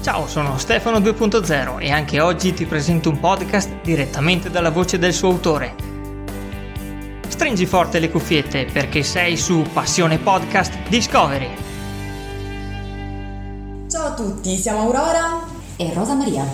Ciao, sono Stefano 2.0 e anche oggi ti presento un podcast direttamente dalla voce del suo autore. Stringi forte le cuffiette perché sei su Passione Podcast Discovery. Ciao a tutti, siamo Aurora e Rosa Maria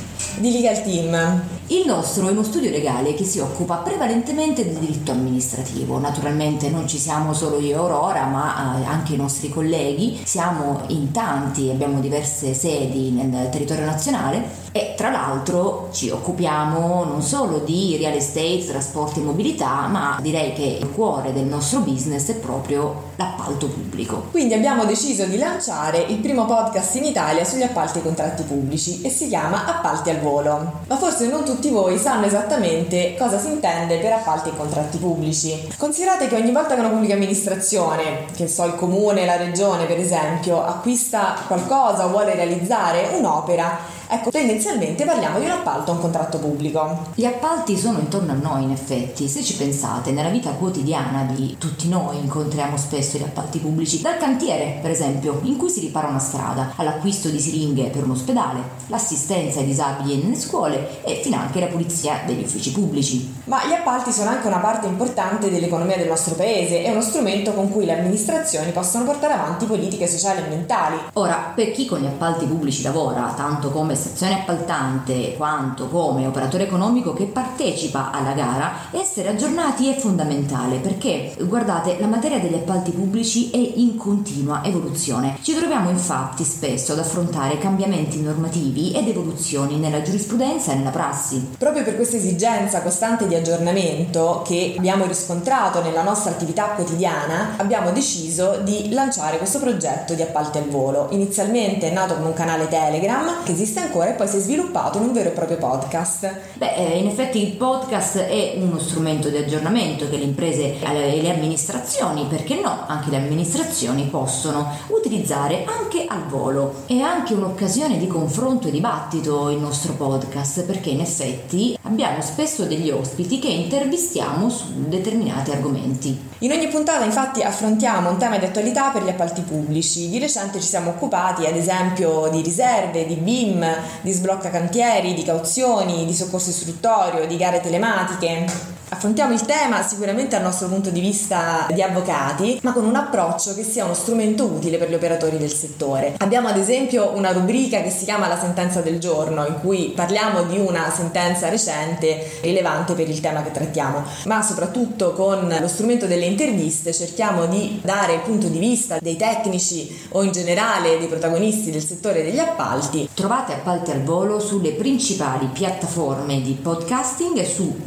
di Legal Team. Il nostro è uno studio legale che si occupa prevalentemente di diritto amministrativo. Naturalmente non ci siamo solo io e Aurora, ma anche i nostri colleghi. Siamo in tanti, abbiamo diverse sedi nel territorio nazionale e tra l'altro ci occupiamo non solo di real estate, trasporti e mobilità, ma direi che il cuore del nostro business è proprio l'appalto pubblico. Quindi abbiamo deciso di lanciare il primo podcast in Italia sugli appalti e contratti pubblici e si chiama Appalti al volo. Ma forse non tutti voi sanno esattamente cosa si intende per appalti e contratti pubblici. Considerate che ogni volta che una pubblica amministrazione, che so il comune, la regione per esempio, acquista qualcosa o vuole realizzare un'opera, ecco, tendenzialmente parliamo di un appalto o un contratto pubblico. Gli appalti sono intorno a noi, in effetti. Se ci pensate, nella vita quotidiana di tutti noi incontriamo spesso gli appalti pubblici, dal cantiere, per esempio, in cui si ripara una strada, all'acquisto di siringhe per un ospedale, l'assistenza ai disabili nelle scuole e finanche la pulizia degli uffici pubblici. Ma gli appalti sono anche una parte importante dell'economia del nostro paese, è uno strumento con cui le amministrazioni possono portare avanti politiche sociali e ambientali. Ora, per chi con gli appalti pubblici lavora, tanto come stazione appaltante quanto come operatore economico che partecipa alla gara, essere aggiornati è fondamentale perché, guardate, la materia degli appalti pubblici è in continua evoluzione. Ci troviamo infatti spesso ad affrontare cambiamenti normativi ed evoluzioni nella giurisprudenza e nella prassi. Proprio per questa esigenza costante di aggiornamento che abbiamo riscontrato nella nostra attività quotidiana, abbiamo deciso di lanciare questo progetto di appalti al volo. Inizialmente è nato come un canale Telegram che esiste ancora e poi si è sviluppato in un vero e proprio podcast. In effetti il podcast è uno strumento di aggiornamento che le imprese e le amministrazioni, perché no, anche le amministrazioni possono utilizzare anche al volo. È anche un'occasione di confronto e dibattito il nostro podcast, perché in effetti abbiamo spesso degli ospiti che intervistiamo su determinati argomenti. In ogni puntata infatti affrontiamo un tema di attualità per gli appalti pubblici. Di recente ci siamo occupati ad esempio di riserve, di BIM, di sblocca cantieri, di cauzioni, di soccorso istruttorio, di gare telematiche. Affrontiamo il tema sicuramente dal nostro punto di vista di avvocati, ma con un approccio che sia uno strumento utile per gli operatori del settore. Abbiamo ad esempio una rubrica che si chiama La sentenza del giorno, in cui parliamo di una sentenza recente rilevante per il tema che trattiamo, ma soprattutto con lo strumento delle interviste cerchiamo di dare il punto di vista dei tecnici o in generale dei protagonisti del settore degli appalti. Trovate Appalti al volo sulle principali piattaforme di podcasting e su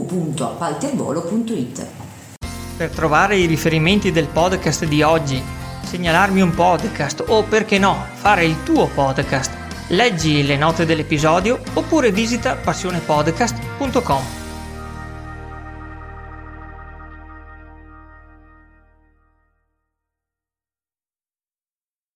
www.appaltialvolo.it. Per trovare i riferimenti del podcast di oggi, segnalarmi un podcast o, perché no, fare il tuo podcast, leggi le note dell'episodio oppure visita passionepodcast.com.